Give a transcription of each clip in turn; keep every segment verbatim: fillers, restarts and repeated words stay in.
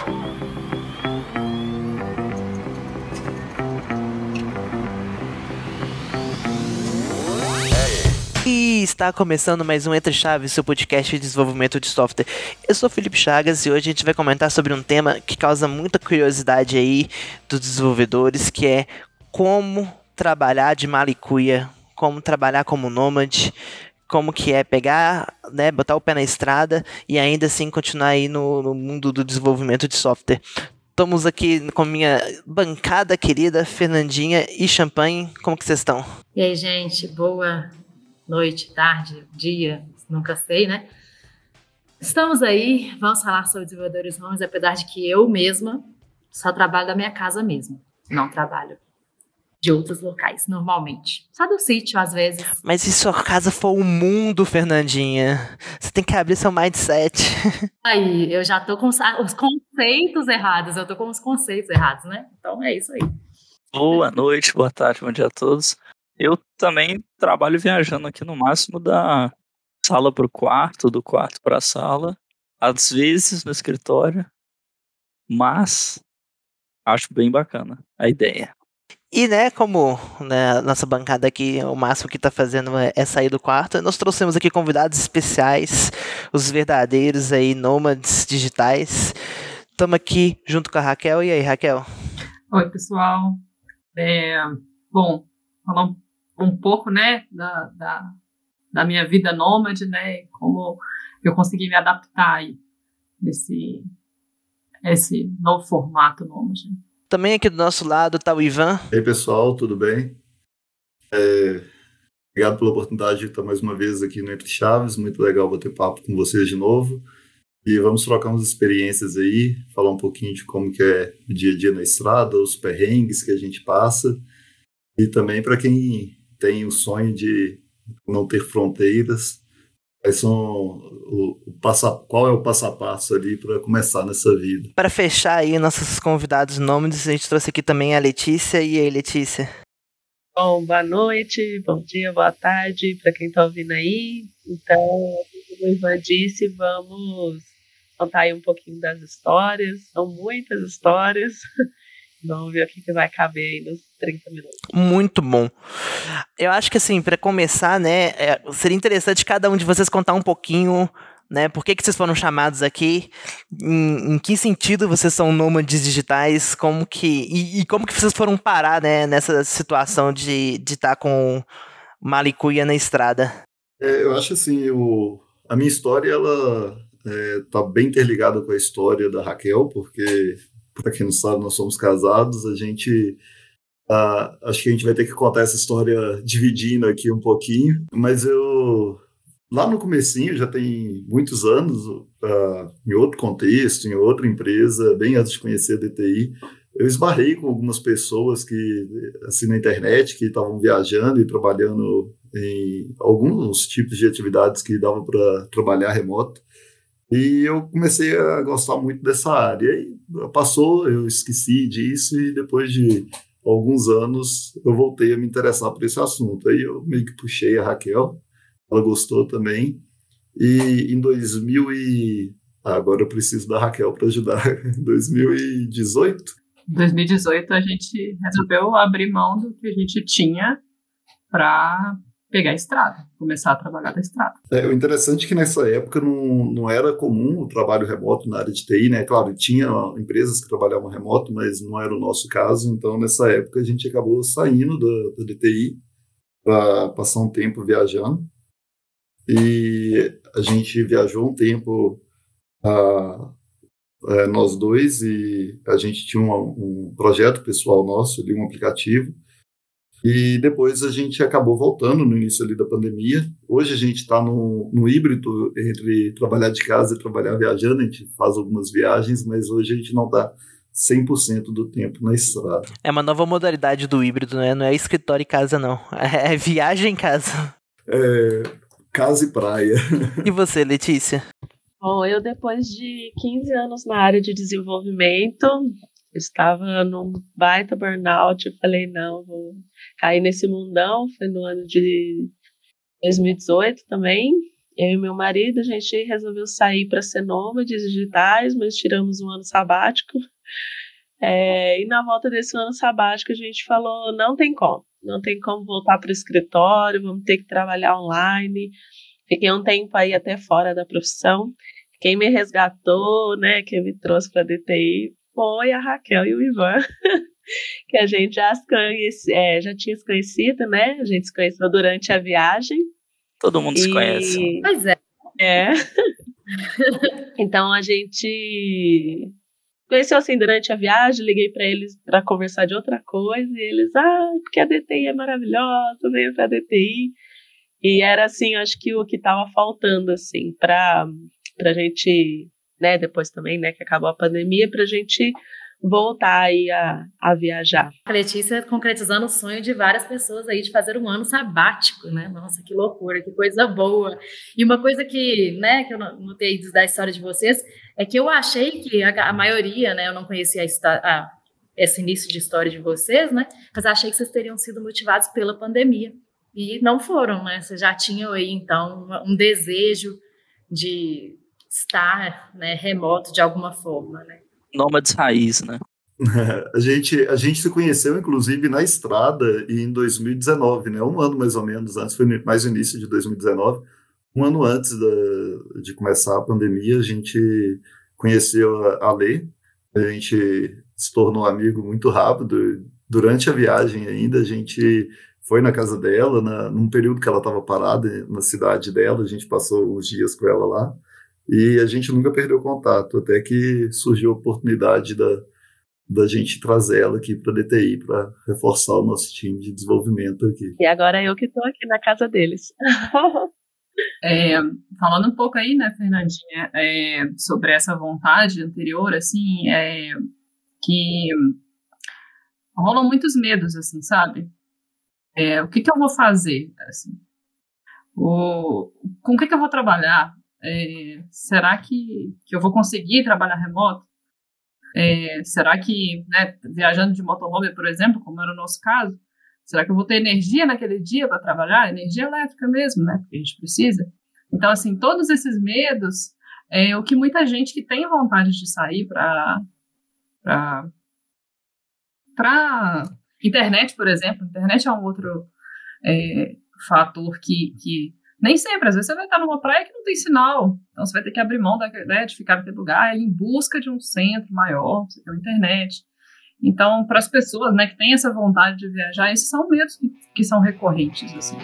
E está começando mais um Entre Chaves, seu podcast de desenvolvimento de software. Eu sou Felipe Chagas e hoje a gente vai comentar sobre um tema que causa muita curiosidade aí dos desenvolvedores, que é como trabalhar de malicuia, como trabalhar como nômade, como que é pegar, né, botar o pé na estrada e ainda assim continuar aí no, no mundo do desenvolvimento de software. Estamos aqui com minha bancada querida, Fernandinha e Champagne. Como que vocês estão? E aí, gente, boa noite, tarde, dia, nunca sei, né? Estamos aí, vamos falar sobre desenvolvedores nomes, apesar de que eu mesma só trabalho da minha casa mesmo, não trabalho de outros locais, normalmente. Só do sítio, às vezes. Mas se sua casa for o mundo, Fernandinha, você tem que abrir seu mindset. Aí, eu já tô com os conceitos errados, eu tô com os conceitos errados, né? Então é isso aí. Boa noite, boa tarde, bom dia a todos. Eu também trabalho viajando aqui no máximo da sala para o quarto, do quarto para a sala, às vezes no escritório, mas acho bem bacana a ideia. E, né, como né, nossa bancada aqui, o máximo que tá fazendo é, é sair do quarto, nós trouxemos aqui convidados especiais, os verdadeiros aí, nômades digitais. Estamos aqui junto com a Raquel. E aí, Raquel? Oi, pessoal. É, bom, falar um, um pouco, né, da, da, da minha vida nômade, né, como eu consegui me adaptar aí nesse esse novo formato nômade. Também aqui do nosso lado está o Ivan. E aí, pessoal, tudo bem? É, obrigado pela oportunidade de estar mais uma vez aqui no Entre Chaves. Muito legal bater papo com vocês de novo. E vamos trocar umas experiências aí, falar um pouquinho de como que é o dia a dia na estrada, os perrengues que a gente passa. E também para quem tem o sonho de não ter fronteiras, quais são o, o passo, qual é o passo a passo ali para começar nessa vida. Para fechar aí nossos convidados nômades, a gente trouxe aqui também a Letícia. E aí, Letícia? Bom, boa noite, bom dia, boa tarde para quem está ouvindo aí. Então, como o Ivan disse, vamos contar aí um pouquinho das histórias. São muitas histórias. Vamos ver o que, que vai caber aí nos trinta minutos. Muito bom. Eu acho que, assim, para começar, né, é, seria interessante cada um de vocês contar um pouquinho, né, por que, que vocês foram chamados aqui, em, em que sentido vocês são nômades digitais, como que, e, e como que vocês foram parar, né, nessa situação de de estar com malicuia na estrada. É, eu acho assim, o, a minha história, ela está é, bem interligada com a história da Raquel, porque... Para quem não sabe, nós somos casados, a gente, uh, acho que a gente vai ter que contar essa história dividindo aqui um pouquinho, mas eu, lá no comecinho, já tem muitos anos, uh, em outro contexto, em outra empresa, bem antes de conhecer a D T I, eu esbarrei com algumas pessoas que, assim, na internet, que estavam viajando e trabalhando em alguns tipos de atividades que dava para trabalhar remoto. E eu comecei a gostar muito dessa área. E passou, eu esqueci disso e depois de alguns anos eu voltei a me interessar por esse assunto. Aí eu meio que puxei a Raquel, ela gostou também. E em dois mil e... Ah, agora eu preciso da Raquel para ajudar. Em dois mil e dezoito? Em dois mil e dezoito a gente resolveu abrir mão do que a gente tinha para pegar a estrada, começar a trabalhar da estrada. É, o interessante é que nessa época não, não era comum o trabalho remoto na área de T I, né? Claro, tinha empresas que trabalhavam remoto, mas não era o nosso caso. Então, nessa época, a gente acabou saindo da, da D T I para passar um tempo viajando. E a gente viajou um tempo, a, a, nós dois, e a gente tinha um, um projeto pessoal nosso, ali, um aplicativo. E depois a gente acabou voltando no início ali da pandemia. Hoje a gente está no, no híbrido entre trabalhar de casa e trabalhar viajando. A gente faz algumas viagens, mas hoje a gente não está cem por cento do tempo na estrada. É uma nova modalidade do híbrido, né? Não é escritório e casa, não. É viagem em casa. É casa e praia. E você, Letícia? Bom, eu depois de quinze anos na área de desenvolvimento, estava num baita burnout. Eu falei, não, vou cair nesse mundão. Foi no ano de dois mil e dezoito também. eu e meu marido, a gente resolveu sair para ser nômades digitais, mas tiramos um ano sabático. É, e na volta desse ano sabático a gente falou, não tem como, não tem como voltar para o escritório, vamos ter que trabalhar online. Fiquei um tempo aí até fora da profissão. Quem me resgatou, né, quem me trouxe para a D T I foi a Raquel e o Ivan, que a gente já, se conhece, é, já tinha se conhecido, né, a gente se conheceu durante a viagem. Todo mundo e... se conhece. Pois é. É. Então a gente conheceu assim durante a viagem, liguei para eles para conversar de outra coisa, e eles, ah, porque a D T I é maravilhosa, venho para a D T I. E era assim, acho que o que estava faltando assim para para a gente, né, depois também, né, que acabou a pandemia, para a gente voltar aí a, a viajar. A Letícia concretizando o sonho de várias pessoas aí de fazer um ano sabático, né? Nossa, que loucura, que coisa boa. E uma coisa que, né, que eu notei da história de vocês é que eu achei que a, a maioria, né, eu não conhecia a, a, esse início de história de vocês, né, mas achei que vocês teriam sido motivados pela pandemia. E não foram, né? Vocês já tinham aí, então, um desejo de estar, né, remoto de alguma forma, né? Nômades raiz, né? A gente, a gente se conheceu, inclusive, na estrada em dois mil e dezenove, né? Um ano mais ou menos antes, foi mais no início de dois mil e dezenove. Um ano antes da, de começar a pandemia, a gente conheceu a Lê, a gente se tornou amigo muito rápido. Durante a viagem ainda, a gente foi na casa dela, na, num período que ela estava parada na cidade dela, a gente passou os dias com ela lá, e a gente nunca perdeu contato, até que surgiu a oportunidade da, da gente trazer ela aqui para a D T I, para reforçar o nosso time de desenvolvimento aqui. E agora eu que estou aqui na casa deles. É, falando um pouco aí, né, Fernandinha, é, sobre essa vontade anterior, assim, é, que rolam muitos medos, assim, sabe? É, o que que eu vou fazer, assim? O, com o que que eu vou trabalhar? É, será que, que eu vou conseguir trabalhar remoto? É, será que, né, viajando de motorhome, por exemplo, como era o nosso caso, será que eu vou ter energia naquele dia para trabalhar? Energia elétrica mesmo, né? Porque a gente precisa. Então, assim, todos esses medos, é o que muita gente que tem vontade de sair para para para internet, por exemplo. Internet é um outro é, fator que, que nem sempre, às vezes você vai estar numa praia que não tem sinal, então você vai ter que abrir mão da, né, de ficar naquele lugar em busca de um centro maior, você tem uma internet. Então, para as pessoas, né, que têm essa vontade de viajar, esses são medos que, que são recorrentes, assim.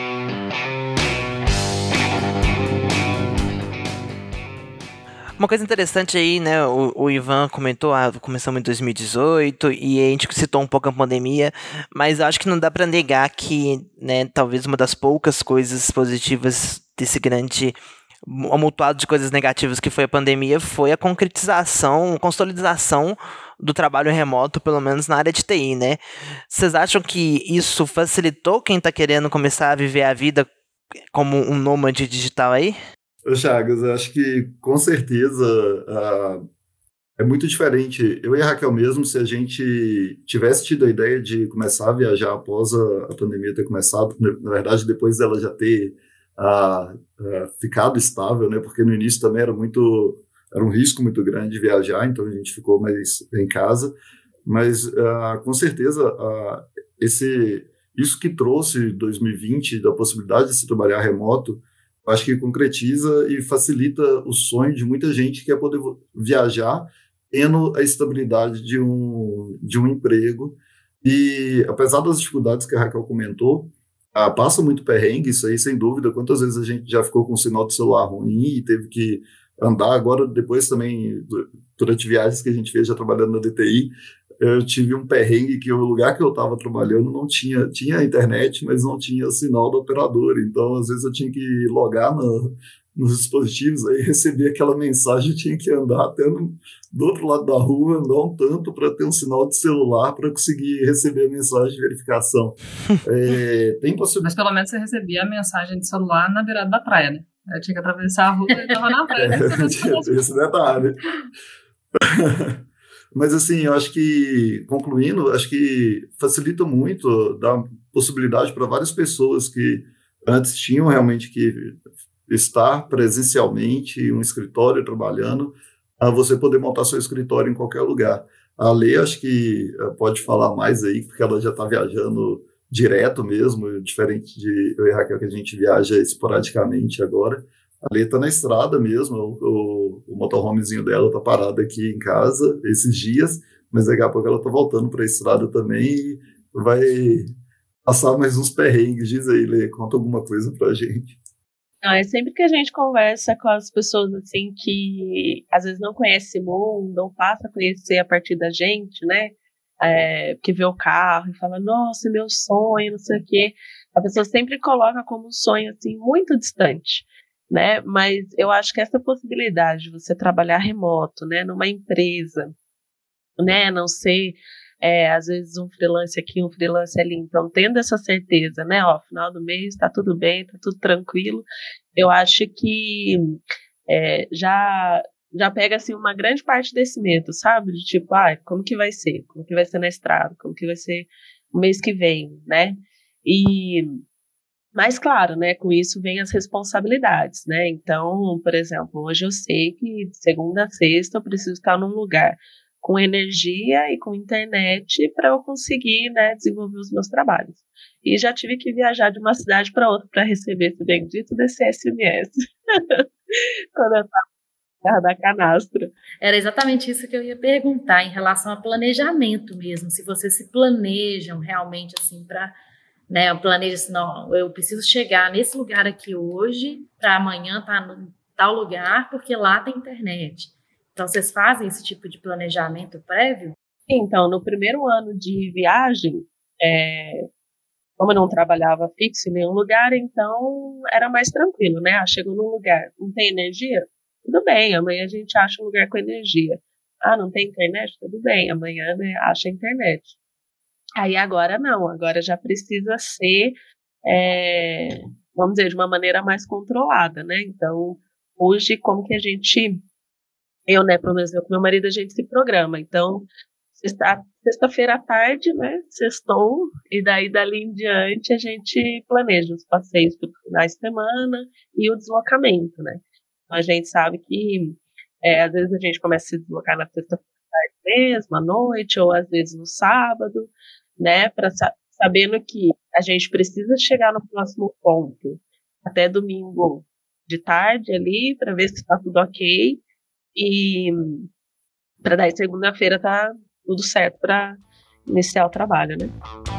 Uma coisa interessante aí, né, o, o Ivan comentou, ah, começamos em dois mil e dezoito e a gente citou um pouco a pandemia, mas eu acho que não dá para negar que, né, talvez uma das poucas coisas positivas desse grande amontoado de coisas negativas que foi a pandemia foi a concretização, consolidação do trabalho remoto, pelo menos na área de T I, né? Vocês acham que isso facilitou quem está querendo começar a viver a vida como um nômade digital aí? Ô Chagas, eu acho que com certeza uh, é muito diferente. Eu e a Raquel mesmo, se a gente tivesse tido a ideia de começar a viajar após a, a pandemia ter começado, na verdade depois dela já ter uh, uh, ficado estável, né? Porque no início também era muito, era um risco muito grande de viajar, então a gente ficou mais em casa. Mas uh, com certeza uh, esse, isso que trouxe dois mil e vinte da possibilidade de se trabalhar remoto, acho que concretiza e facilita o sonho de muita gente que quer poder viajar tendo a estabilidade de um, de um emprego. E apesar das dificuldades que a Raquel comentou, ah, passa muito perrengue, isso aí sem dúvida. Quantas vezes a gente já ficou com o sinal de celular ruim e teve que andar. Agora, depois também, durante viagens que a gente fez já trabalhando na D T I, eu tive um perrengue que o lugar que eu estava trabalhando não tinha, tinha internet, mas não tinha sinal da operadora. Então, às vezes eu tinha que logar no, nos dispositivos, aí receber aquela mensagem, eu tinha que andar até no, do outro lado da rua, andar um tanto para ter um sinal de celular para conseguir receber a mensagem de verificação. É, tem possibilidade. Mas pelo menos você recebia a mensagem de celular na beirada da praia, né? Eu tinha que atravessar a rua e estava na praia. Né? É, tinha esse detalhe. Mas, assim, eu acho que, concluindo, acho que facilita muito, dá possibilidade para várias pessoas que antes tinham realmente que estar presencialmente, um escritório trabalhando, a você poder montar seu escritório em qualquer lugar. A Lê, acho que pode falar mais aí, porque ela já está viajando direto mesmo, diferente de eu e a Raquel, que a gente viaja esporadicamente agora. A Lê está na estrada mesmo, o, o, o motorhomezinho dela está parado aqui em casa esses dias, mas daqui a pouco ela está voltando para a estrada também e vai passar mais uns perrengues. Diz aí, Lê, conta alguma coisa para a gente. Não, é sempre que a gente conversa com as pessoas assim que às vezes não conhecem o mundo, ou passa a conhecer a partir da gente, né? É, que vê o carro e fala, nossa, meu sonho, não sei o quê. A pessoa sempre coloca como um sonho assim muito distante, né? Mas eu acho que essa possibilidade de você trabalhar remoto, né, numa empresa, né, não ser É, às vezes um freelance aqui, um freelance ali, então tendo essa certeza, né, ó, final do mês tá tudo bem, tá tudo tranquilo, eu acho que é, já, já pega, assim, uma grande parte desse medo, sabe, de tipo, ah, como que vai ser, como que vai ser na estrada, como que vai ser o mês que vem, né, e, mas claro, né, com isso vem as responsabilidades, né, então, por exemplo, hoje eu sei que de segunda a sexta eu preciso estar num lugar com energia e com internet para eu conseguir, né, desenvolver os meus trabalhos. E já tive que viajar de uma cidade para outra para receber esse bendito desse S M S. Quando eu estava na terra da canastra. Era exatamente isso que eu ia perguntar, em relação a planejamento mesmo, se vocês se planejam realmente assim para, né, eu planejo assim, não, eu preciso chegar nesse lugar aqui hoje, para amanhã estar tá no tal lugar, porque lá tem internet. Então, vocês fazem esse tipo de planejamento prévio? Então, no primeiro ano de viagem, é, como eu não trabalhava fixo em nenhum lugar, então era mais tranquilo, né? Ah, chegou num lugar, não tem energia? Tudo bem, amanhã a gente acha um lugar com energia. Ah, não tem internet? Tudo bem, amanhã, né, acha a internet. Aí agora não, agora já precisa ser, é, vamos dizer, de uma maneira mais controlada, né? Então, hoje, como que a gente... Eu, né, pelo menos eu com meu marido, a gente se programa. Então, sexta, sexta-feira à tarde, né, sextou, e daí dali em diante a gente planeja os passeios para os finais de semana e o deslocamento, né. Então, a gente sabe que, é, às vezes a gente começa a se deslocar na sexta-feira à tarde mesmo, à noite, ou às vezes no sábado, né, pra, sabendo que a gente precisa chegar no próximo ponto até domingo de tarde ali, para ver se está tudo ok, e para daí segunda-feira tá tudo certo para iniciar o trabalho, né?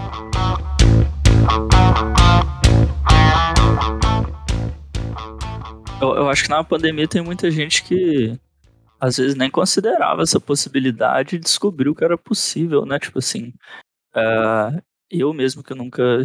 Eu, eu acho que na pandemia tem muita gente que às vezes nem considerava essa possibilidade e descobriu que era possível, né? Tipo assim, uh, eu mesmo que nunca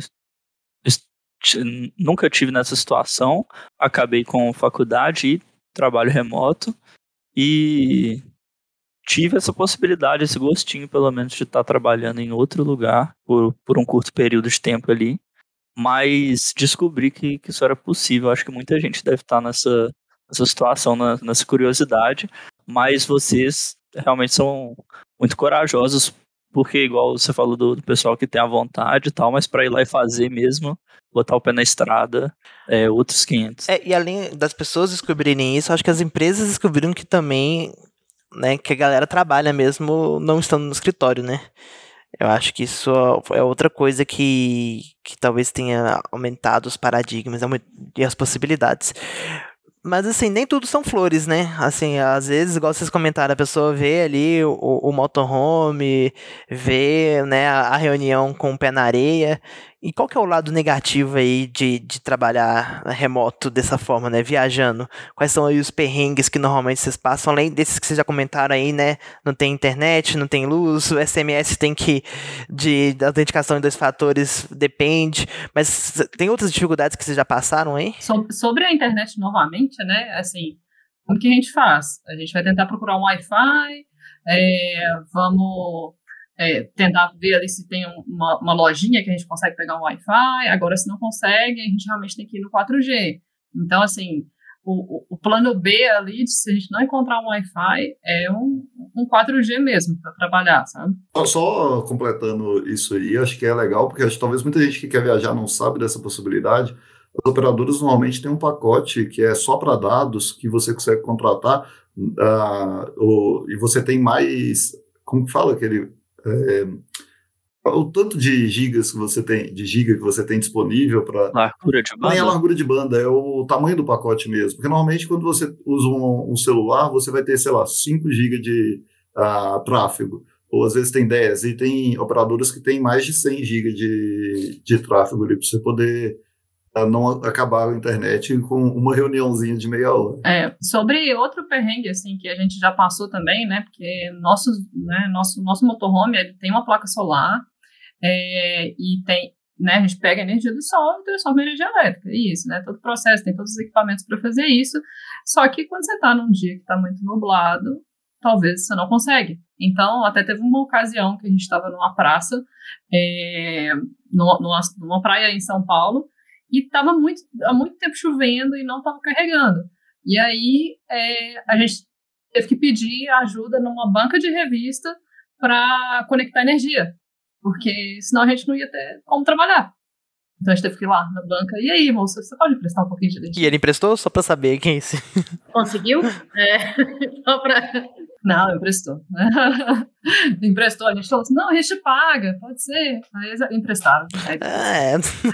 nunca tive nessa situação, acabei com faculdade e trabalho remoto. E tive essa possibilidade, esse gostinho, pelo menos, de estar trabalhando em outro lugar por, por um curto período de tempo ali. Mas descobri que, que isso era possível. Acho que muita gente deve estar nessa, nessa situação, na, nessa curiosidade. Mas vocês realmente são muito corajosos, porque, igual você falou do, do pessoal que tem a vontade e tal, mas para ir lá e fazer mesmo, botar o pé na estrada, é outros quinhentos. É, e além das pessoas descobrirem isso, acho que as empresas descobriram que também, né, que a galera trabalha mesmo não estando no escritório, né? Eu acho que isso é outra coisa que, que talvez tenha aumentado os paradigmas e as possibilidades. Mas, assim, nem tudo são flores, né? Assim, às vezes, igual vocês comentaram, a pessoa vê ali o, o motorhome, vê, né, a, a reunião com o pé na areia. E qual que é o lado negativo aí de, de trabalhar remoto dessa forma, né? Viajando. Quais são aí os perrengues que normalmente vocês passam, além desses que vocês já comentaram aí, né? Não tem internet, não tem luz, o S M S tem que... de, de autenticação em dois fatores, depende. Mas tem outras dificuldades que vocês já passaram aí? So- sobre a internet novamente, né? Assim, como que a gente faz? A gente vai tentar procurar um Wi-Fi, é, vamos... É, tentar ver ali se tem uma, uma lojinha que a gente consegue pegar um Wi-Fi. Agora, se não consegue, a gente realmente tem que ir no quatro G. Então, assim, o, o, o plano B ali, se a gente não encontrar um Wi-Fi, é um, um quatro G mesmo para trabalhar, sabe? Só completando isso aí, acho que é legal, porque acho que talvez muita gente que quer viajar não sabe dessa possibilidade. as operadoras normalmente têm um pacote que é só para dados, que você consegue contratar, uh, o, e você tem mais, como que fala aquele... É, o tanto de gigas que você tem, de giga que você tem disponível para... Largura de banda? Nem a largura de banda, é o tamanho do pacote mesmo. Porque normalmente quando você usa um, um celular, você vai ter, sei lá, cinco gigas de uh, tráfego. Ou às vezes tem dez, e tem operadoras que tem mais de cem gigas de, de tráfego ali, para você poder uh, não acabar a internet com uma reuniãozinha de meia hora. É, sobre outro perrengue, assim, que a gente já passou também, né, porque nosso, né, nosso, nosso motorhome, ele tem uma placa solar, é, e tem, né, a gente pega a energia do sol e transforma em energia elétrica, isso, né, todo o processo, tem todos os equipamentos para fazer isso, só que quando você está num dia que está muito nublado, talvez você não consegue. Então, até teve uma ocasião que a gente estava numa praça, é, numa, numa, numa praia em São Paulo, e estava muito, há muito tempo chovendo e não estava carregando. E aí, é, a gente teve que pedir ajuda numa banca de revista para conectar energia, porque senão a gente não ia ter como trabalhar. Então a gente teve que ir lá na banca. E aí, moça, você pode emprestar um pouquinho de energia? E ele emprestou só pra saber quem é esse. Conseguiu? É, só pra... Não, emprestou. Emprestou, a gente falou assim, não, a gente paga, pode ser. Aí eles emprestaram. Aí... É.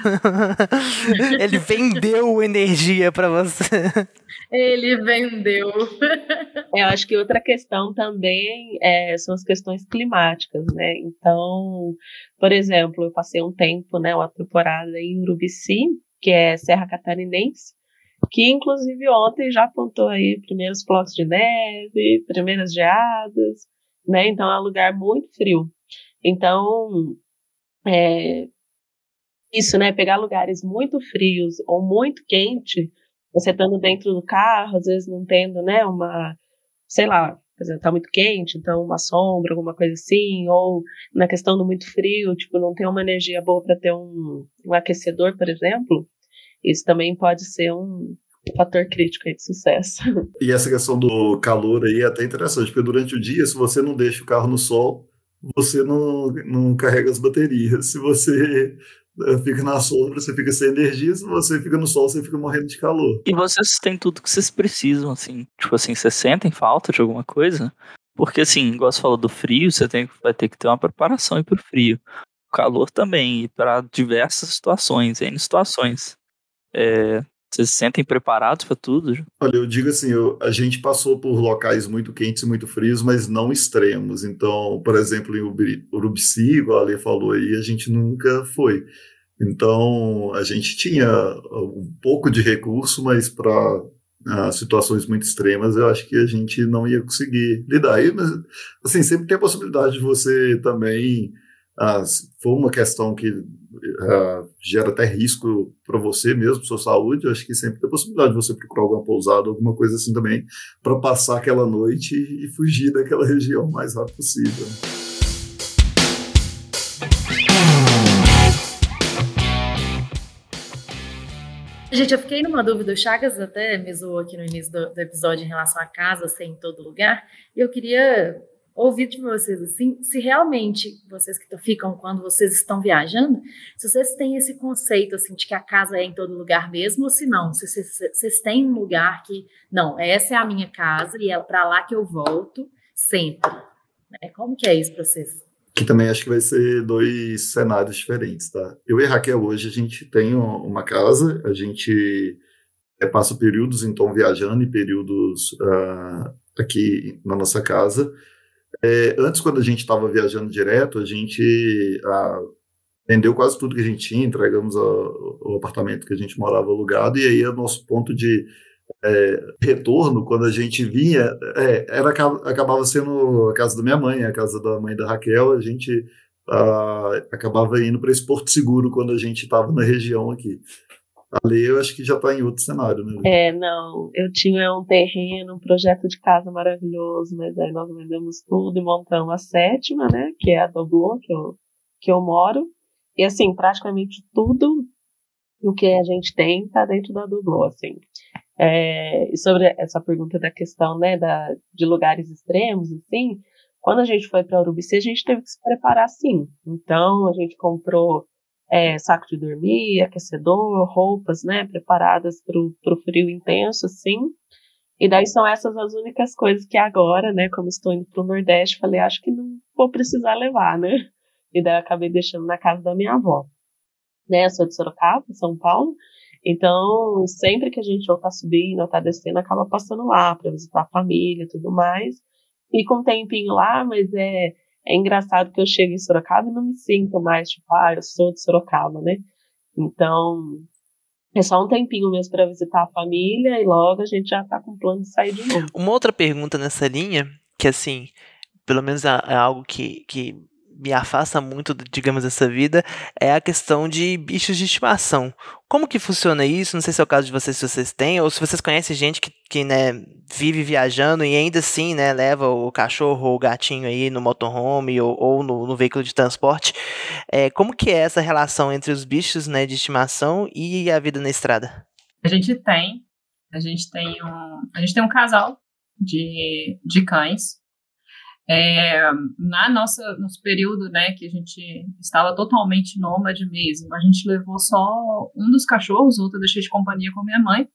Ele vendeu energia pra você. Ele vendeu. Eu acho que outra questão também é, são as questões climáticas, né? Então, por exemplo, eu passei um tempo, né, uma temporada em Urubici, que é Serra Catarinense, que inclusive ontem já apontou aí primeiros flocos de neve, primeiras geadas, né? Então é um lugar muito frio. Então, é, isso, né? Pegar lugares muito frios ou muito quente, você estando dentro do carro, às vezes não tendo, né, uma, sei lá, por exemplo, tá muito quente, então uma sombra, alguma coisa assim, ou na questão do muito frio, tipo, não tem uma energia boa para ter um, um aquecedor, por exemplo, isso também pode ser um fator crítico aí de sucesso. E essa questão do calor aí é até interessante, porque durante o dia, se você não deixa o carro no sol, você não, não carrega as baterias. Se você fica na sombra, você fica sem energia. Se você fica no sol, você fica morrendo de calor. E vocês têm tudo que vocês precisam, assim. Tipo assim, vocês sentem falta de alguma coisa? Porque assim, igual você falou do frio, você tem, vai ter que ter uma preparação aí pro frio. O calor também, e para diversas situações, N situações. É, vocês se sentem preparados para tudo? Olha, eu digo assim, eu, a gente passou por locais muito quentes e muito frios, mas não extremos. Então, por exemplo, em Urubici, igual a Alê falou aí, a gente nunca foi. Então, a gente tinha um pouco de recurso, mas para uh, situações muito extremas, eu acho que a gente não ia conseguir lidar. E, mas, assim, sempre tem a possibilidade de você também, uh, se for uma questão que uh, gera até risco para você mesmo, para sua saúde, eu acho que sempre tem a possibilidade de você procurar alguma pousada, alguma coisa assim também, para passar aquela noite e fugir daquela região o mais rápido possível. Gente, eu fiquei numa dúvida, o Chagas até me zoou aqui no início do, do episódio em relação à casa ser em todo lugar, e eu queria ouvir de vocês, assim, se realmente vocês que ficam quando vocês estão viajando, se vocês têm esse conceito, assim, de que a casa é em todo lugar mesmo, ou se não, se vocês, vocês têm um lugar que, não, essa é a minha casa e é para lá que eu volto sempre, né? Como que é isso para vocês? Que também acho que vai ser dois cenários diferentes, tá? Eu e a Raquel hoje, a gente tem uma casa, a gente é, passa períodos, então, viajando e períodos uh, aqui na nossa casa. É, antes, quando a gente estava viajando direto, a gente uh, vendeu quase tudo que a gente tinha, entregamos a, o apartamento que a gente morava alugado, e aí o nosso ponto de É, retorno, quando a gente vinha, é, era, acabava sendo a casa da minha mãe, a casa da mãe da Raquel, a gente uh, acabava indo para esse porto seguro quando a gente estava na região aqui. Ali eu acho que já está em outro cenário, né? É, não, eu tinha um terreno, um projeto de casa maravilhoso, mas aí nós vendemos tudo e montamos a sétima, né, que é a Doblô, que eu, que eu moro, e assim, praticamente tudo o que a gente tem está dentro da Doblô, assim. É, e sobre essa pergunta da questão, né, da, de lugares extremos, assim, quando a gente foi para Urubici, a gente teve que se preparar, sim. Então, a gente comprou é, saco de dormir, aquecedor, roupas, né, preparadas para o frio intenso, assim. E daí são essas as únicas coisas que agora, né, como estou indo para o Nordeste, falei, acho que não vou precisar levar, né? E daí eu acabei deixando na casa da minha avó. Né, eu sou de Sorocaba, São Paulo, então sempre que a gente ou tá subindo ou tá descendo, acaba passando lá para visitar a família e tudo mais. Fica um tempinho lá, mas é, é engraçado que eu chego em Sorocaba e não me sinto mais, tipo, ah, eu sou de Sorocaba, né? Então, é só um tempinho mesmo para visitar a família e logo a gente já tá com plano de sair de novo. Uma outra pergunta nessa linha, que assim, pelo menos é, é algo que, que me afasta muito, digamos, dessa vida, é a questão de bichos de estimação. Como que funciona isso? Não sei se é o caso de vocês, se vocês têm, ou se vocês conhecem gente que, que né, vive viajando e ainda assim, né, leva o cachorro ou o gatinho aí no motorhome ou, ou no, no veículo de transporte. É, como que é essa relação entre os bichos, né, de estimação e a vida na estrada? A gente tem, a gente tem um, a gente tem um casal de, de cães. É, na nossa nosso período, né, que a gente estava totalmente nômade mesmo, a gente levou só um dos cachorros, outro eu deixei de companhia com a minha mãe,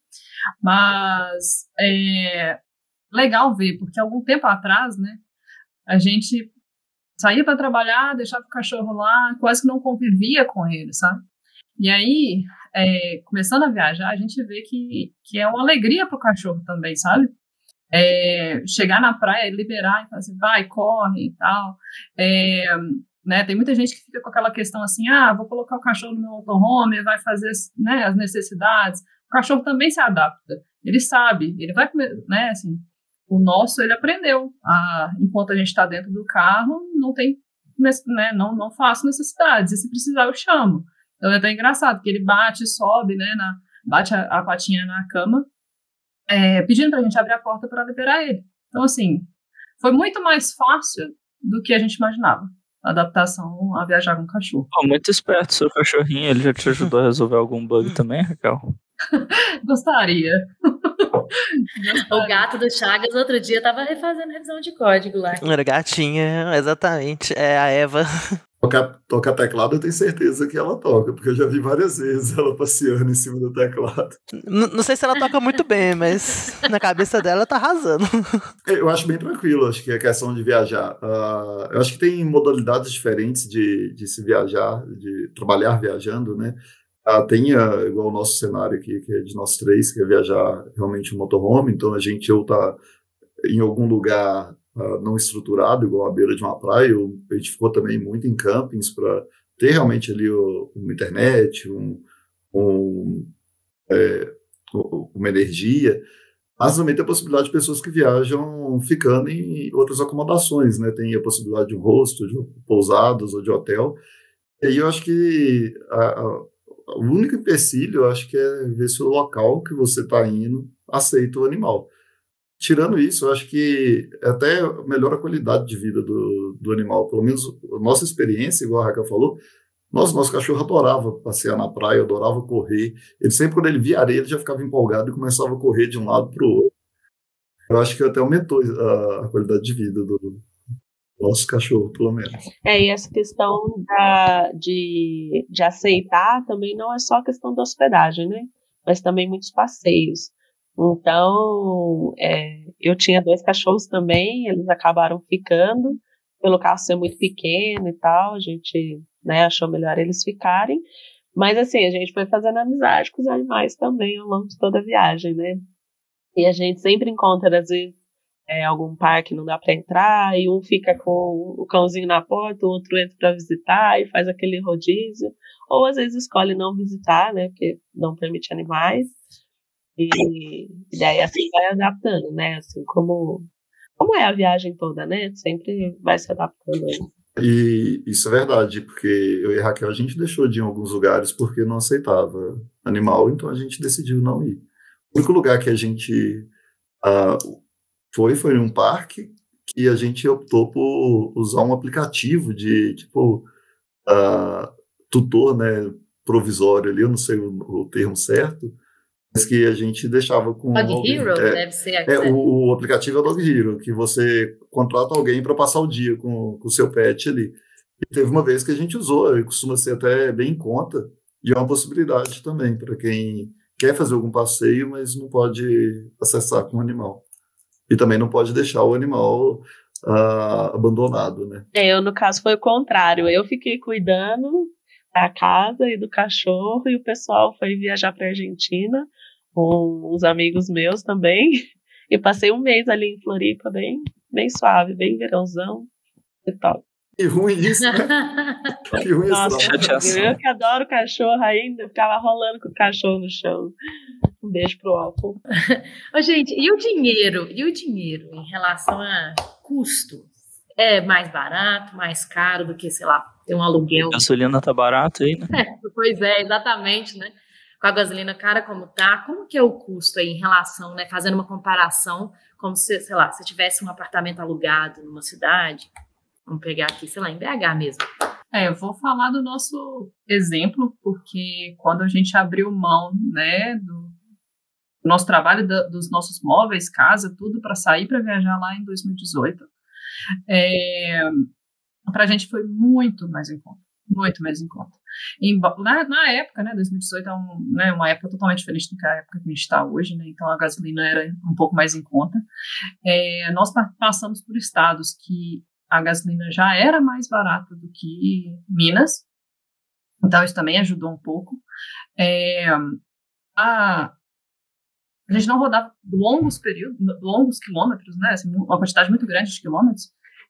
mas é legal ver, porque algum tempo atrás, né, a gente saía para trabalhar, deixava o cachorro lá, quase que não convivia com ele, sabe? E aí, é, começando a viajar, a gente vê que, que é uma alegria pro cachorro também, sabe? É, chegar na praia e liberar e falar assim, vai, corre e tal. É, né, tem muita gente que fica com aquela questão assim, ah, vou colocar o cachorro no meu motorhome, vai fazer, né, as necessidades. O cachorro também se adapta, ele sabe, ele vai comer, né, assim, o nosso ele aprendeu, a, enquanto a gente está dentro do carro, não tem, né, não, não faço necessidades, e se precisar eu chamo. Então é até engraçado, porque ele bate, sobe, né, na, bate a, a patinha na cama, É, pedindo pra gente abrir a porta para liberar ele. Então, assim, foi muito mais fácil do que a gente imaginava, a adaptação a viajar com o cachorro. Oh, muito esperto seu cachorrinho, ele já te ajudou a resolver algum bug também, Raquel? Gostaria. O gato do Chagas, outro dia, tava refazendo revisão de código lá. Era gatinha, exatamente, é a Eva. Tocar, tocar teclado eu tenho certeza que ela toca, porque eu já vi várias vezes ela passeando em cima do teclado. N- não sei se ela toca muito bem, mas na cabeça dela tá arrasando. Eu acho bem tranquilo, acho que a questão de viajar. Uh, eu acho que tem modalidades diferentes de, de se viajar, de trabalhar viajando, né? Uh, tem, uh, igual o nosso cenário aqui, que é de nós três, que é viajar realmente um motorhome, então a gente ou tá em algum lugar Uh, não estruturado, igual a beira de uma praia, ou a gente ficou também muito em campings para ter realmente ali o, uma internet, um, um, é, uma energia, mas também tem a possibilidade de pessoas que viajam ficando em outras acomodações, né? Tem a possibilidade de um hostel, de pousadas ou de hotel, e aí eu acho que a, a, o único empecilho, eu acho que é ver se o local que você está indo aceita o animal. Tirando isso, eu acho que até melhora a qualidade de vida do, do animal. Pelo menos a nossa experiência, igual a Raquel falou, nossa, nosso cachorro adorava passear na praia, adorava correr. Ele sempre, quando ele via areia, ele já ficava empolgado e começava a correr de um lado para o outro. Eu acho que até aumentou a, a qualidade de vida do nosso cachorro, pelo menos. É, e essa questão da, de, de aceitar também não é só a questão da hospedagem, né? Mas também muitos passeios. Então, é, eu tinha dois cachorros também, eles acabaram ficando, pelo carro ser muito pequeno e tal, a gente, né, achou melhor eles ficarem, mas assim, a gente foi fazendo amizade com os animais também ao longo de toda a viagem, né, e a gente sempre encontra, às vezes, é, algum parque não dá para entrar, e um fica com o cãozinho na porta, o outro entra para visitar e faz aquele rodízio, ou às vezes escolhe não visitar, né, porque não permite animais. E, e daí assim vai adaptando, né? Assim como, como é a viagem toda, né? Sempre vai se adaptando. E isso é verdade, porque eu e a Raquel, a gente deixou de ir em alguns lugares porque não aceitava animal, então a gente decidiu não ir. O único lugar que a gente uh, foi, foi num parque que a gente optou por usar um aplicativo de, tipo, uh, tutor, né, provisório ali, eu não sei o, o termo certo, mas que a gente deixava com... Dog alguém, Hero, é, deve ser. É, o, o aplicativo é o Dog Hero, que você contrata alguém para passar o dia com o seu pet ali. E teve uma vez que a gente usou, e costuma ser até bem em conta, e é uma possibilidade também para quem quer fazer algum passeio, mas não pode acessar com o animal. E também não pode deixar o animal uh, abandonado, né? É, eu, no caso, foi o contrário. Eu fiquei cuidando da casa e do cachorro, e o pessoal foi viajar para a Argentina com uns amigos meus também. E passei um mês ali em Floripa, bem, bem suave, bem verãozão e tal. Que ruim isso, né? Que ruim Nossa, isso. eu que adoro cachorro ainda, ficava rolando com o cachorro no chão. Um beijo pro álcool. Ô, gente, e o dinheiro? E o dinheiro em relação a custo? É mais barato, mais caro do que, sei lá, ter um aluguel? A gasolina tá barata aí, né? É, pois é, exatamente, né? Com a gasolina cara como tá, como que é o custo aí em relação, né? Fazendo uma comparação, como se, sei lá, se tivesse um apartamento alugado numa cidade, vamos pegar aqui, sei lá, em B H mesmo. É, eu vou falar do nosso exemplo, porque quando a gente abriu mão, né, do nosso trabalho, da, dos nossos móveis, casa, tudo, para sair para viajar lá em dois mil e dezoito, é, para a gente foi muito mais em conta, muito mais em conta. E, na, na época, né, dois mil e dezoito é um, né, uma época totalmente diferente do que a época que a gente está hoje, né, então a gasolina era um pouco mais em conta. É, nós passamos por estados que a gasolina já era mais barata do que Minas, então isso também ajudou um pouco. É, a, a gente não rodava longos períodos, longos quilômetros, né, assim, uma quantidade muito grande de quilômetros,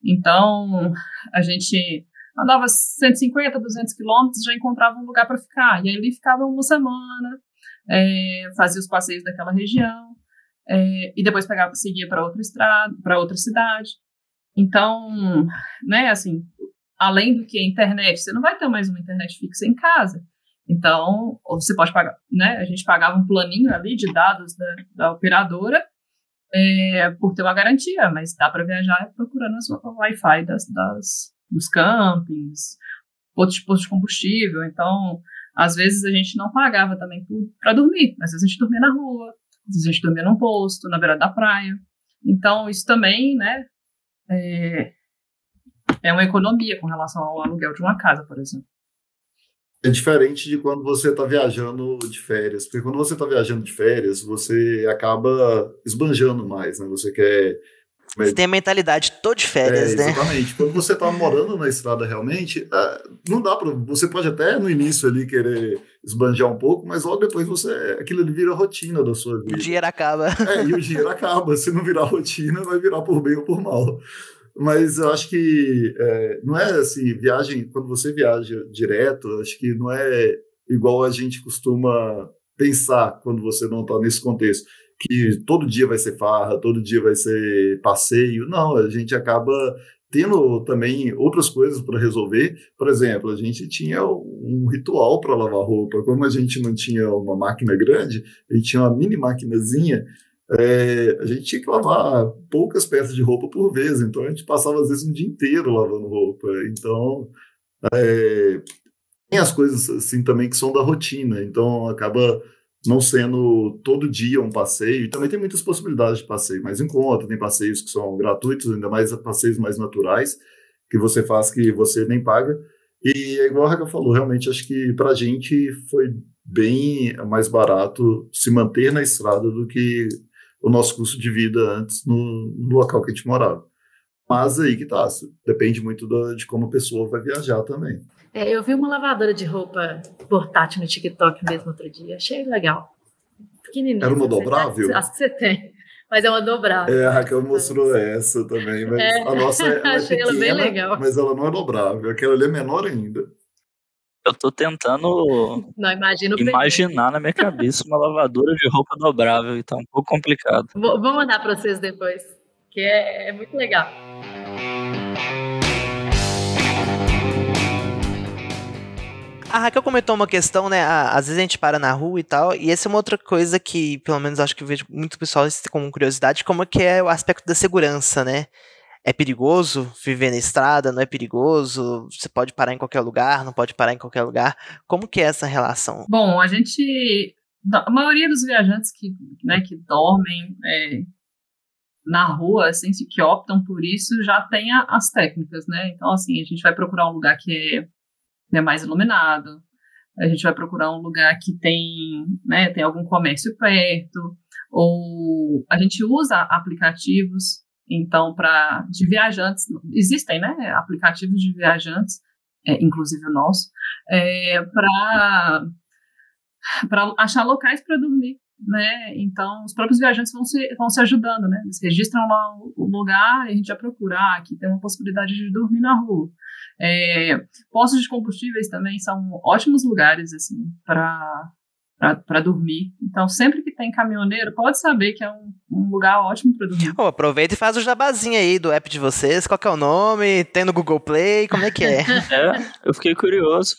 então a gente andava cento e cinquenta, duzentos quilômetros, já encontrava um lugar para ficar, e aí ali ficava uma semana, é, fazia os passeios daquela região, é, e depois pegava, seguia para outra estrada, para outra cidade. Então, né, assim, além do que a internet, você não vai ter mais uma internet fixa em casa. Então, você pode pagar, né, a gente pagava um planinho ali de dados da, da operadora é, por ter uma garantia, mas dá para viajar procurando a Wi-Fi das, das, dos campings, postos de, posto de combustível. Então, às vezes a gente não pagava também para dormir, às vezes a gente dormia na rua, às vezes a gente dormia num posto, na beira da praia. Então, isso também, né, É, é uma economia com relação ao aluguel de uma casa, por exemplo. É diferente de quando você está viajando de férias, porque quando você está viajando de férias, você acaba esbanjando mais, né? Você quer... Você tem a mentalidade toda de férias, é, né? Exatamente. Quando você está morando na estrada realmente, não dá para... Você pode até no início ali querer esbanjar um pouco, mas logo depois você, aquilo ali vira rotina da sua vida. O dinheiro acaba. É, e o dinheiro acaba. Se não virar rotina, vai virar por bem ou por mal. Mas eu acho que é, não é assim, viagem, quando você viaja direto, acho que não é igual a gente costuma pensar quando você não está nesse contexto, que todo dia vai ser farra, todo dia vai ser passeio. Não, a gente acaba tendo também outras coisas para resolver. Por exemplo, a gente tinha um ritual para lavar roupa. Como a gente não tinha uma máquina grande, a gente tinha uma mini maquinazinha. É, a gente tinha que lavar poucas peças de roupa por vez, então a gente passava às vezes um dia inteiro lavando roupa. Então é, tem as coisas assim também que são da rotina, então acaba não sendo todo dia um passeio. E também tem muitas possibilidades de passeio mais em conta, tem passeios que são gratuitos, ainda mais passeios mais naturais que você faz que você nem paga. E é igual a Raquel falou, realmente acho que pra gente foi bem mais barato se manter na estrada do que o nosso custo de vida antes no, no local que a gente morava. Mas aí que tá, depende muito da, de como a pessoa vai viajar também. É, eu vi uma lavadora de roupa portátil no TikTok mesmo outro dia, achei legal. Pequenininha. Era uma você dobrável? Tem, acho que você tem, mas é uma dobrável. É, a Raquel mostrou essa também, mas é, a nossa ela achei é pequena, ela bem legal. Mas ela não é dobrável, aquela ali é menor ainda. Eu tô tentando não, imagino imaginar na minha cabeça uma lavadora de roupa dobrável e tá um pouco complicado. Vou, vou mandar para vocês depois, que é, é muito legal. A Raquel comentou uma questão, né? Às vezes a gente para na rua e tal, e essa é uma outra coisa que, pelo menos, acho que eu vejo muito pessoal com curiosidade, como que é o aspecto da segurança, né? É perigoso viver na estrada? Não é perigoso? Você pode parar em qualquer lugar? Não pode parar em qualquer lugar? Como que é essa relação? Bom, a gente... A maioria dos viajantes que, né, que dormem é, na rua, assim, que optam por isso, já tem a, as técnicas, né? Então, assim, a gente vai procurar um lugar que é, é mais iluminado, a gente vai procurar um lugar que tem, né, tem algum comércio perto, ou a gente usa aplicativos, então, para de viajantes, existem, né, aplicativos de viajantes, é, inclusive o nosso, é, para para achar locais para dormir, né? Então, os próprios viajantes vão se, vão se ajudando, né? Eles registram lá o, o lugar e a gente já procura, ah, aqui tem uma possibilidade de dormir na rua. É, postos de combustíveis também são ótimos lugares, assim, para para dormir. Então, sempre que tem caminhoneiro, pode saber que é um, um lugar ótimo para dormir. Oh, aproveita e faz o jabazinho aí do app de vocês. Qual que é o nome? Tem no Google Play? Como é que é? É, eu fiquei curioso.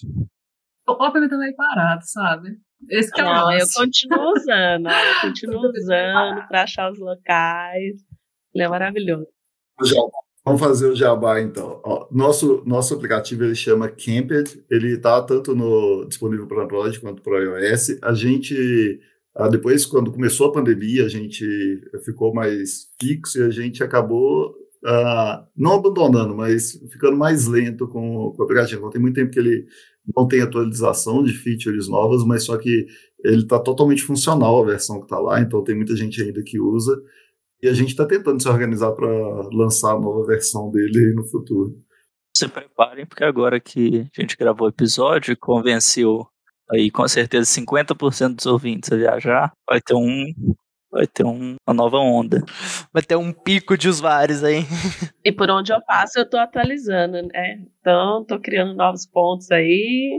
O app tá meio parado, sabe? Esse que é o Não, eu lance. continuo usando, eu continuo usando para achar os locais. Ele é maravilhoso. Já, vamos fazer o jabá, então. Ó, nosso, nosso aplicativo ele chama Camped. Ele está tanto no, disponível para Android quanto para iOS. A gente, ah, depois, quando começou a pandemia, a gente ficou mais fixo e a gente acabou ah, não abandonando, mas ficando mais lento com, com o aplicativo. Não tem muito tempo que ele não tem atualização de features novas, mas só que ele está totalmente funcional, a versão que está lá, então tem muita gente ainda que usa, e a gente está tentando se organizar para lançar a nova versão dele aí no futuro. Se preparem, porque agora que a gente gravou o episódio, convenceu aí com certeza cinquenta por cento dos ouvintes a viajar, vai ter um... Vai ter um, uma nova onda. Vai ter um pico de usuários aí. E por onde eu passo, eu tô atualizando, né? Então, tô criando novos pontos aí.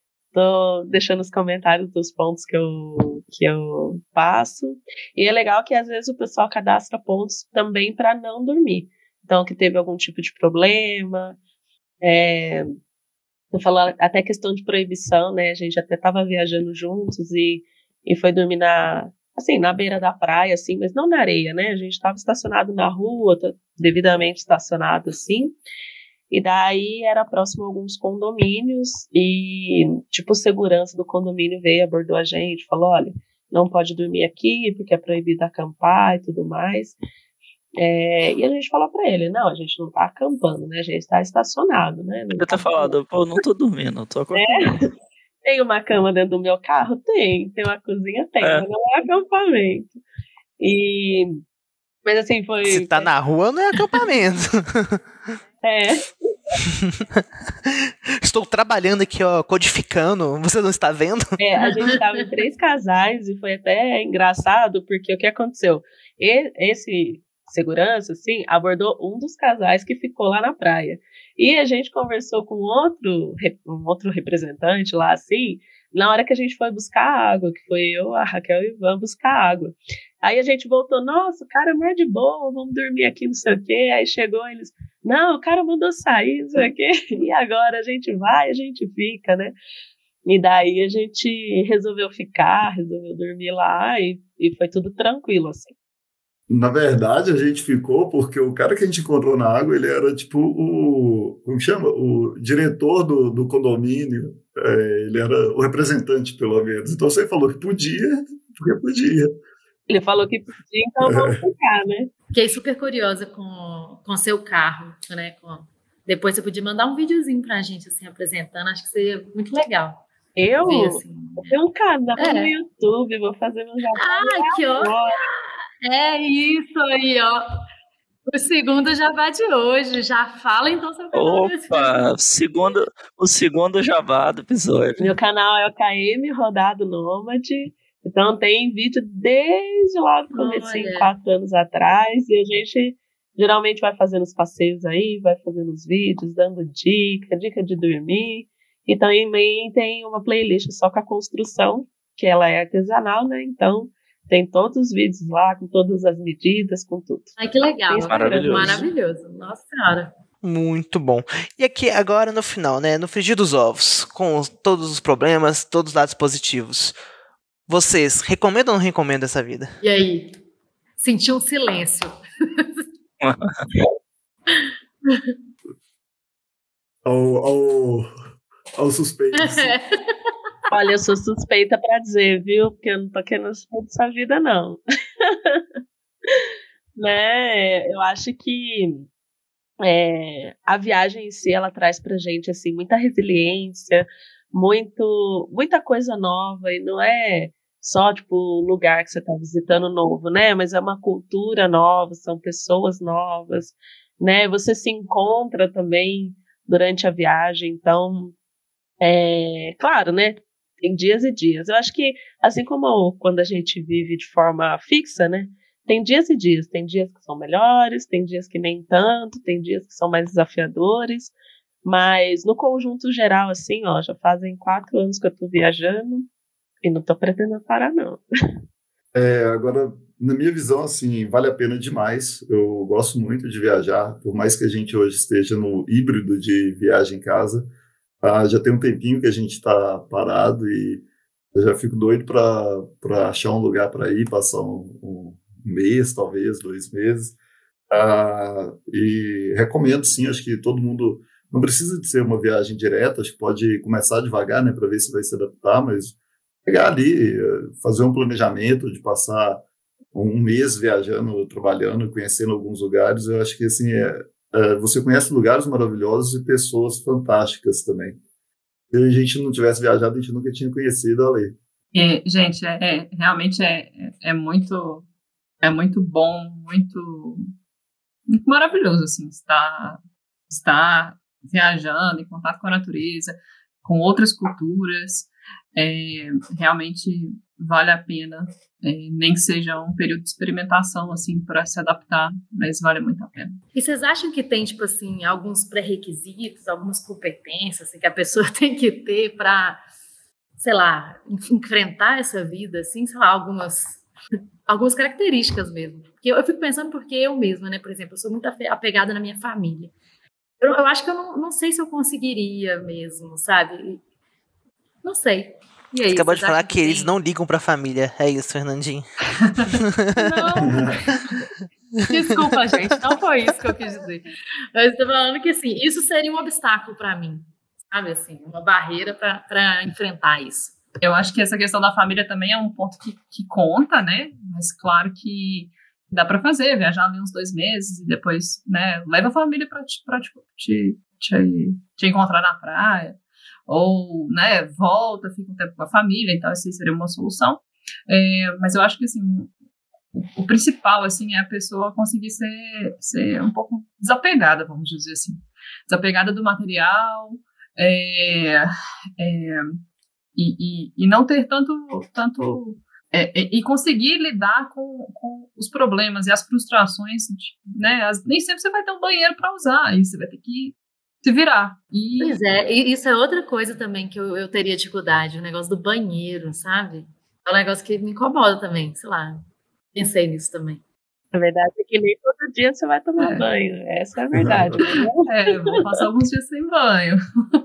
Tô deixando os comentários dos pontos que eu, que eu passo. E é legal que, às vezes, o pessoal cadastra pontos também para não dormir. Então, que teve algum tipo de problema. É, eu falo até questão de proibição, né? A gente até tava viajando juntos e, e foi dormir na... assim, na beira da praia, assim, mas não na areia, né? A gente estava estacionado na rua, devidamente estacionado, assim, e daí era próximo a alguns condomínios, e, tipo, o segurança do condomínio veio, abordou a gente, falou, olha, não pode dormir aqui, porque é proibido acampar e tudo mais, é, e a gente falou pra ele, não, a gente não tá acampando, né? A gente tá estacionado, né? Eu ter falado, pô, não tô dormindo, tô acordando. É. Tem uma cama dentro do meu carro? Tem. Tem uma cozinha? Tem. É. Mas não é acampamento. E... Mas assim, foi... Se tá na rua, não é acampamento. É. Estou trabalhando aqui, ó, codificando. Você não está vendo? É, a gente tava em três casais e foi até engraçado, porque o que aconteceu? E, esse segurança, assim, abordou um dos casais que ficou lá na praia. E a gente conversou com outro, um outro representante lá, assim, na hora que a gente foi buscar água, que foi eu, a Raquel e o Ivan buscar água. Aí a gente voltou, nossa, o cara é de boa, vamos dormir aqui, não sei o quê. Aí chegou eles, não, o cara mandou sair, não sei o quê. E agora a gente vai, a gente fica, né? E daí a gente resolveu ficar, resolveu dormir lá e, e foi tudo tranquilo, assim. Na verdade, a gente ficou porque o cara que a gente encontrou na água, ele era tipo o, como chama? O diretor do, do condomínio, é, ele era o representante, pelo menos. Então você falou que podia, porque podia. Ele falou que podia, então vamos ficar, né? Fiquei super curiosa com o seu carro, né? Com... Depois você podia mandar um videozinho pra gente, assim, apresentando, acho que seria muito legal. Eu? Ver, assim. Eu tenho um canal é. no YouTube, vou fazer meu jabá. Ah, que ó! É isso aí, ó. O segundo jabá de hoje. Já fala então sobre o Opa, segundo, o segundo jabá do episódio. Meu canal é o K M Rodado Nômade. Então tem vídeo desde lá do começo, quatro anos atrás. E a gente geralmente vai fazendo os passeios aí, vai fazendo os vídeos, dando dica, dica de dormir. E também tem uma playlist só com a construção, que ela é artesanal, né? Então tem todos os vídeos lá, com todas as medidas, com tudo. Ai, que legal. Maravilhoso. Maravilhoso. Nossa Senhora. Muito bom. E aqui, agora no final, né? No frigir dos ovos, com todos os problemas, todos os lados positivos. Vocês recomendam ou não recomendam essa vida? E aí? Senti um silêncio. ao, ao, ao suspeito. Olha, eu sou suspeita pra dizer, viu? Porque eu não tô querendo saber dessa vida, não. Né? Eu acho que é, a viagem em si, ela traz pra gente, assim, muita resiliência, muito, muita coisa nova, e não é só, tipo, o lugar que você tá visitando novo, né? Mas é uma cultura nova, são pessoas novas, né? Você se encontra também durante a viagem, então, é claro, né? Tem dias e dias. Eu acho que, assim como quando a gente vive de forma fixa, né? Tem dias e dias. Tem dias que são melhores, tem dias que nem tanto, tem dias que são mais desafiadores. Mas, no conjunto geral, assim, ó, já fazem quatro anos que eu tô viajando e não tô pretendendo parar, não. É, agora, na minha visão, assim, vale a pena demais. Eu gosto muito de viajar, por mais que a gente hoje esteja no híbrido de viagem em casa. Ah, já tem um tempinho que a gente está parado e eu já fico doido para achar um lugar para ir, passar um, um mês, talvez, dois meses. Ah, e recomendo, sim, acho que todo mundo... Não precisa de ser uma viagem direta, acho que pode começar devagar, né, para ver se vai se adaptar, mas pegar ali, fazer um planejamento de passar um mês viajando, trabalhando, conhecendo alguns lugares. Eu acho que, assim, é, é, você conhece lugares maravilhosos e pessoas fantásticas também. Se a gente não tivesse viajado, a gente nunca tinha conhecido a lei. É, gente, é, é, realmente é, é, é muito é muito bom, muito, muito maravilhoso, assim, estar, estar viajando, em contato com a natureza, com outras culturas. É, realmente vale a pena, é, nem que seja um período de experimentação, assim, para se adaptar, mas vale muito a pena. E vocês acham que tem, tipo assim, alguns pré-requisitos, algumas competências assim, que a pessoa tem que ter para, sei lá, enfrentar essa vida, assim, sei lá, algumas, algumas características mesmo? Porque eu, eu fico pensando porque eu mesma, né, por exemplo, eu sou muito apegada na minha família. Eu, eu acho que eu não, não sei se eu conseguiria mesmo, sabe? Não sei. E aí, você acabou de falar que, que eles não ligam pra família. É isso, Fernandinho. Não. Desculpa, gente. Não foi isso que eu quis dizer. Mas eu tô falando que, assim, isso seria um obstáculo pra mim. Sabe, assim, uma barreira pra, pra enfrentar isso. Eu acho que essa questão da família também é um ponto que, que conta, né? Mas claro que dá pra fazer, viajar ali uns dois meses e depois, né, leva a família pra, te, pra tipo, te, te, te encontrar na praia. Ou, né, volta, fica um tempo com a família, então essa seria uma solução. É, mas eu acho que, assim, o, o principal, assim, é a pessoa conseguir ser, ser um pouco desapegada, vamos dizer assim. Desapegada do material, é, é, e, e, e não ter tanto... tanto é, e conseguir lidar com, com os problemas e as frustrações, né, as, nem sempre você vai ter um banheiro para usar, e você vai ter que se virar. E... Pois é, e isso é outra coisa também que eu, eu teria dificuldade, o negócio do banheiro, sabe? É um negócio que me incomoda também, sei lá. Pensei nisso também. A verdade é que nem todo dia você vai tomar é. banho. Essa é a verdade. É, eu vou passar alguns dias sem banho.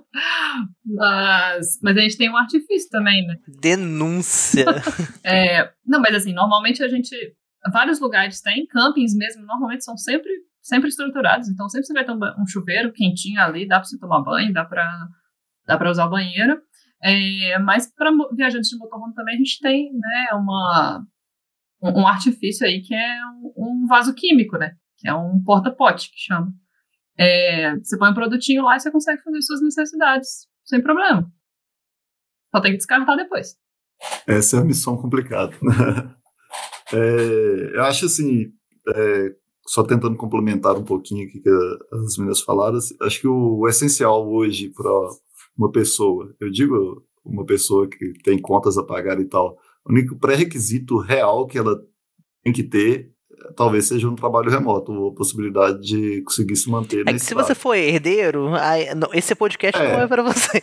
Mas, mas a gente tem um artifício também, né? Denúncia. É, não, mas assim, normalmente a gente... Vários lugares tem, campings mesmo, normalmente são sempre... sempre estruturados, então sempre você vai ter um, um chuveiro quentinho ali, dá para você tomar banho, dá para dá para usar o banheiro, é, mas para viajantes de motorhome também a gente tem, né, uma, um, um artifício aí que é um, um vaso químico, né, que é um porta-pote, que chama. É, você põe um produtinho lá e você consegue fazer suas necessidades, sem problema. Só tem que descartar depois. Essa é a missão complicada. é, eu acho assim... É, só tentando complementar um pouquinho o que as meninas falaram, acho que o, o essencial hoje para uma pessoa, eu digo uma pessoa que tem contas a pagar e tal, o único pré-requisito real que ela tem que ter, talvez seja um trabalho remoto, ou a possibilidade de conseguir se manter é nesse que se trabalho. você for herdeiro, aí, não, esse podcast é. não é para você.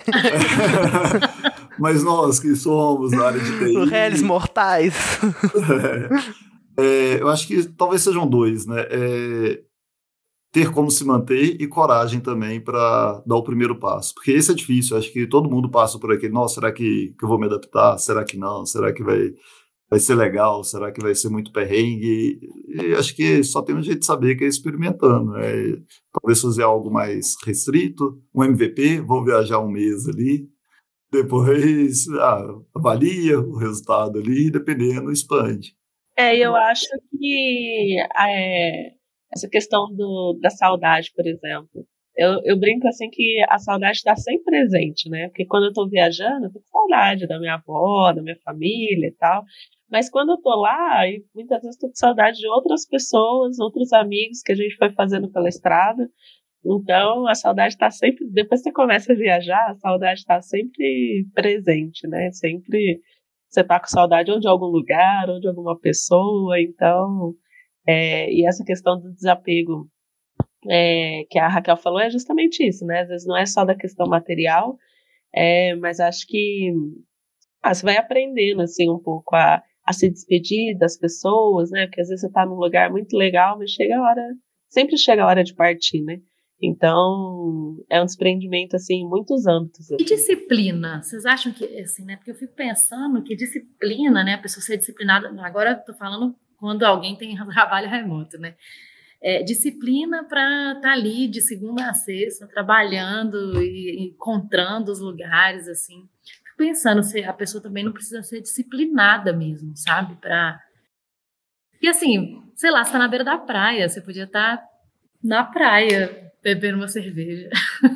Mas nós que somos da área de T I... Os réis mortais... é. É, eu acho que talvez sejam dois, né? É, ter como se manter e coragem também para dar o primeiro passo. Porque esse é difícil, acho que todo mundo passa por aquele, nossa, será que, que eu vou me adaptar? Será que não? Será que vai, vai ser legal? Será que vai ser muito perrengue? E acho que só tem um jeito de saber que é experimentando. É, talvez fazer algo mais restrito, um M V P, vou viajar um mês ali, depois ah, avalia o resultado ali, dependendo, expande. É, eu acho que é, essa questão do, da saudade, por exemplo, eu, eu brinco assim que a saudade está sempre presente, né? Porque quando eu estou viajando, eu tô com saudade da minha avó, da minha família e tal. Mas quando eu tô lá, e muitas vezes tô com saudade de outras pessoas, outros amigos que a gente foi fazendo pela estrada. Então, a saudade está sempre. Depois que você começa a viajar, a saudade está sempre presente, né? Sempre você tá com saudade ou de algum lugar, ou de alguma pessoa. Então, é, e essa questão do desapego é, que a Raquel falou é justamente isso, né? Às vezes não é só da questão material, é, mas acho que ah, você vai aprendendo assim um pouco a, a se despedir das pessoas, né? Porque às vezes você está num lugar muito legal, mas chega a hora, sempre chega a hora de partir, né? Então, é um desprendimento, assim, em muitos âmbitos. E disciplina? Vocês acham que, assim, né? Porque eu fico pensando que disciplina, né? A pessoa ser disciplinada... Agora eu tô falando quando alguém tem trabalho remoto, né? É, disciplina para estar tá ali de segunda a sexta, trabalhando e encontrando os lugares, assim. Fico pensando se a pessoa também não precisa ser disciplinada mesmo, sabe? Pra... Porque, assim, sei lá, você tá na beira da praia, você podia estar... Tá na praia, bebendo uma cerveja.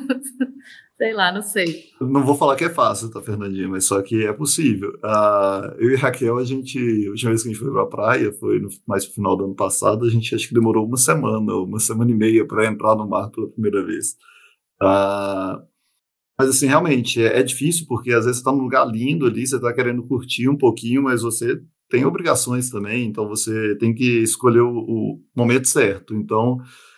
Sei lá, não sei. Não vou falar que é fácil, tá, Fernandinha, mas só que é possível. Uh, eu e Raquel, a gente, a última vez que a gente foi pra praia, foi no, mais pro final do ano passado, a gente acho que demorou uma semana, uma semana e meia para entrar no mar pela primeira vez. Uh, mas assim, realmente, é, é difícil, porque às vezes você tá num lugar lindo ali, você tá querendo curtir um pouquinho, mas você tem obrigações também, então você tem que escolher o, o momento certo. Então,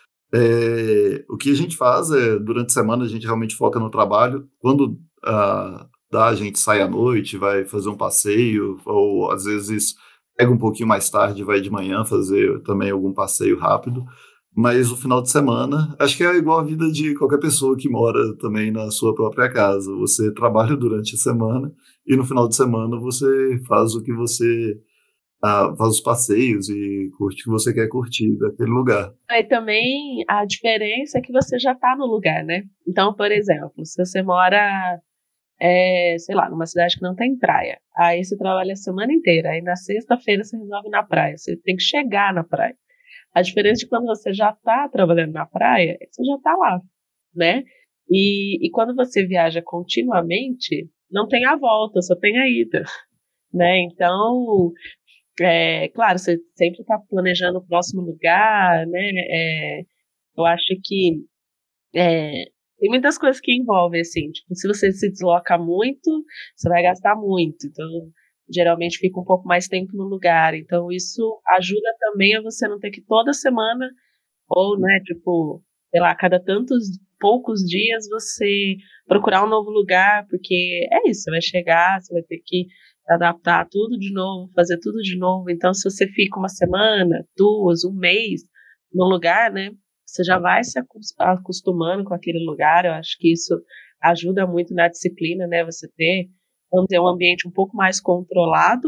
É, o que a gente faz é, durante a semana, a gente realmente foca no trabalho. Quando ah, dá, a gente sai à noite, vai fazer um passeio, ou às vezes pega um pouquinho mais tarde, vai de manhã fazer também algum passeio rápido. Mas o final de semana, acho que é igual a vida de qualquer pessoa que mora também na sua própria casa. Você trabalha durante a semana e no final de semana você faz o que você ah, faz os passeios e curte o que você quer curtir daquele lugar. Aí também a diferença é que você já está no lugar, né? Então, por exemplo, se você mora, é, sei lá, numa cidade que não tem praia, aí você trabalha a semana inteira, aí na sexta-feira você resolve ir na praia, você tem que chegar na praia. A diferença de quando você já está trabalhando na praia, é que você já está lá, né? E, e quando você viaja continuamente, não tem a volta, só tem a ida, né? Então, É, claro, você sempre está planejando o próximo lugar, né? É, eu acho que é, tem muitas coisas que envolvem, assim, tipo, se você se desloca muito, você vai gastar muito, então geralmente fica um pouco mais tempo no lugar, então isso ajuda também a você não ter que toda semana, ou, né, tipo, sei lá, a cada tantos poucos dias você procurar um novo lugar, porque é isso, você vai chegar, você vai ter que adaptar tudo de novo, fazer tudo de novo. Então, se você fica uma semana, duas, um mês no lugar, né, você já vai se acostumando com aquele lugar. Eu acho que isso ajuda muito na disciplina, né, você ter, vamos dizer, um ambiente um pouco mais controlado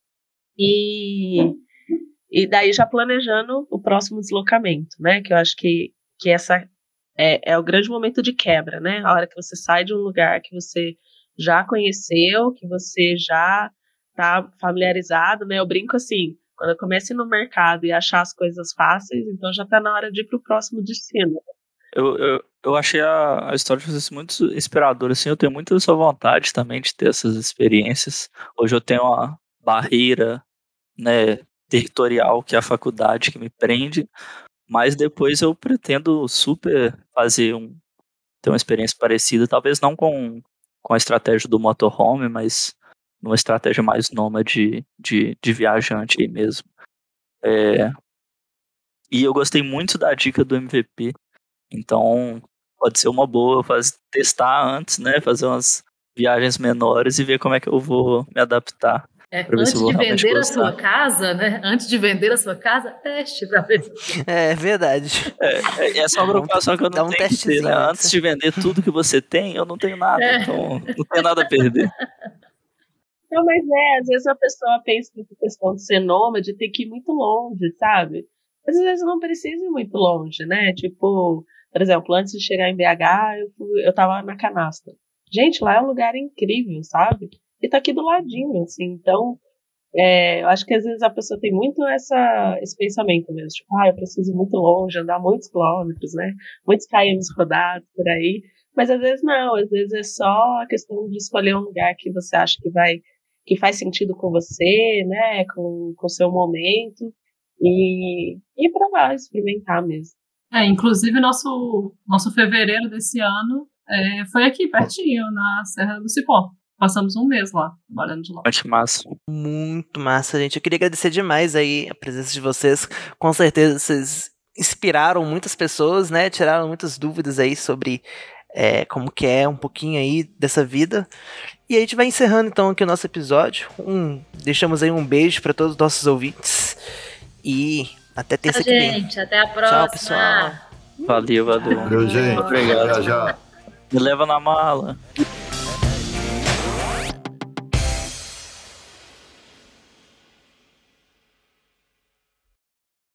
e, e daí já planejando o próximo deslocamento, né, que eu acho que, que essa é, é o grande momento de quebra, né, a hora que você sai de um lugar que você já conheceu, que você já está familiarizado, né? Eu brinco assim, quando eu começo a ir no mercado e achar as coisas fáceis, então já está na hora de ir para o próximo destino. Eu, eu, eu achei a, a história de vocês muito inspiradora, assim, eu tenho muita essa vontade também de ter essas experiências. Hoje eu tenho uma barreira, né, territorial, que é a faculdade, que me prende, mas depois eu pretendo super fazer um, ter uma experiência parecida, talvez não com com a estratégia do motorhome, mas numa estratégia mais nômade de, de viajante aí mesmo. É, e eu gostei muito da dica do M V P, então pode ser uma boa fazer, testar antes, né, fazer umas viagens menores e ver como é que eu vou me adaptar. É, antes de vender a sua casa, né? Antes de vender a sua casa, teste para ver. É verdade. É, essa é uma preocupação que eu não um tenho que ter, né? Antes, antes de vender tudo que você tem, eu não tenho nada, é. Então não tenho nada a perder. Não, mas é, às vezes a pessoa pensa que a questão de ser nômade tem que ir muito longe, sabe? Mas às vezes não precisa ir muito longe, né? Tipo, por exemplo, antes de chegar em B H, eu, fui, eu tava na Canastra. Gente, lá é um lugar incrível, sabe? E tá aqui do ladinho, assim, então É, eu acho que às vezes a pessoa tem muito essa, esse pensamento mesmo, tipo, ah, eu preciso ir muito longe, andar muitos quilômetros, né? Muitos kms rodados por aí. Mas às vezes não, às vezes é só a questão de escolher um lugar que você acha que vai, que faz sentido com você, né? Com o seu momento. E ir pra lá, experimentar mesmo. É, inclusive nosso, nosso fevereiro desse ano é, foi aqui, pertinho, na Serra do Cipó. Passamos um mês lá, trabalhando de lá. Muito massa. Muito massa, gente. Eu queria agradecer demais aí a presença de vocês. Com certeza vocês inspiraram muitas pessoas, né? Tiraram muitas dúvidas aí sobre é, como que é um pouquinho aí dessa vida. E a gente vai encerrando então aqui o nosso episódio. Um, deixamos aí um beijo para todos os nossos ouvintes. E até terça que vem. Gente, até a próxima. Tchau, pessoal. Valeu, valeu. Valeu, gente. Obrigado. Já, já. Me leva na mala.